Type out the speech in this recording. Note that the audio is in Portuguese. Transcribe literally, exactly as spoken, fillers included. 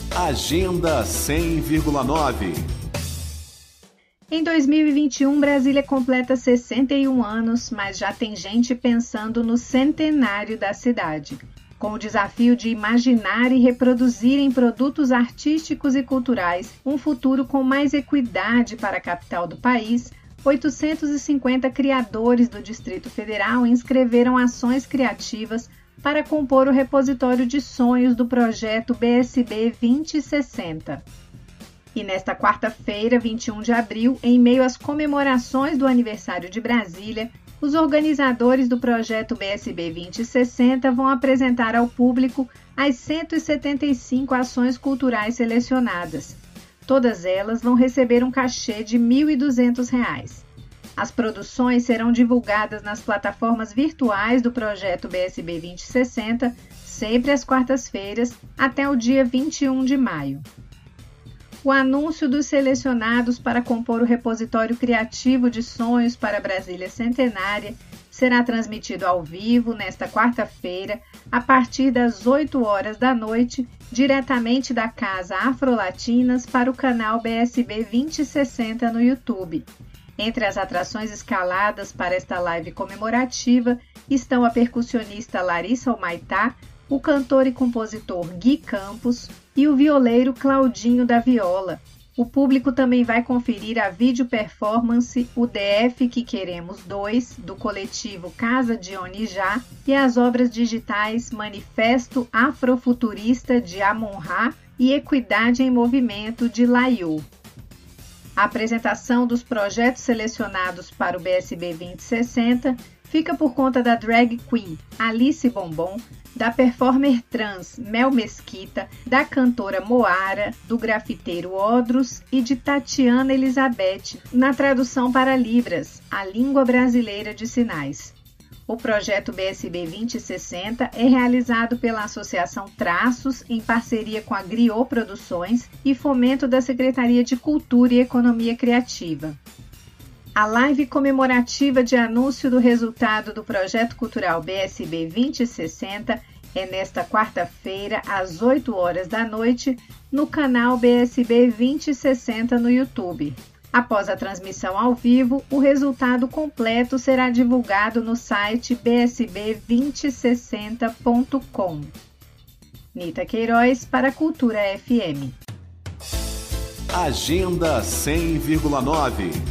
Agenda cem vírgula nove. Em dois mil e vinte e um, Brasília completa sessenta e um anos, mas já tem gente pensando no centenário da cidade. Com o desafio de imaginar e reproduzir em produtos artísticos e culturais um futuro com mais equidade para a capital do país, oitocentos e cinquenta criadores do Distrito Federal inscreveram ações criativas para compor o repositório de sonhos do projeto B S B vinte sessenta. E nesta quarta-feira, vinte e um de abril, em meio às comemorações do aniversário de Brasília, os organizadores do projeto B S B vinte sessenta vão apresentar ao público as cento e setenta e cinco ações culturais selecionadas. Todas elas vão receber um cachê de mil e duzentos reais. As produções serão divulgadas nas plataformas virtuais do projeto B S B vinte sessenta, sempre às quartas-feiras, até o dia vinte e um de maio. O anúncio dos selecionados para compor o repositório criativo de sonhos para Brasília Centenária será transmitido ao vivo nesta quarta-feira, a partir das oito horas da noite, diretamente da Casa Afrolatinas para o canal B S B vinte sessenta no YouTube. Entre as atrações escaladas para esta live comemorativa estão a percussionista Larissa Humaitá, o cantor e compositor Gui Campos e o violeiro Claudinho da Viola. O público também vai conferir a vídeo performance O D F Que Queremos dois, do coletivo Casa de Onijá, e as obras digitais Manifesto Afrofuturista de Amon-Ra e Equidade em Movimento de Laiô. A apresentação dos projetos selecionados para o B S B vinte sessenta fica por conta da drag queen Alice Bombom, da performer trans Mel Mesquita, da cantora Moara, do grafiteiro Odros e de Tatiana Elizabeth, na tradução para Libras, a língua brasileira de sinais. O projeto B S B vinte sessenta é realizado pela Associação Traços, em parceria com a Griot Produções e fomento da Secretaria de Cultura e Economia Criativa. A live comemorativa de anúncio do resultado do projeto cultural B S B vinte sessenta é nesta quarta-feira, às oito horas da noite, no canal B S B vinte sessenta no YouTube. Após a transmissão ao vivo, o resultado completo será divulgado no site b s b vinte sessenta ponto com. Nita Queiroz para a Cultura F M. Agenda cem vírgula nove.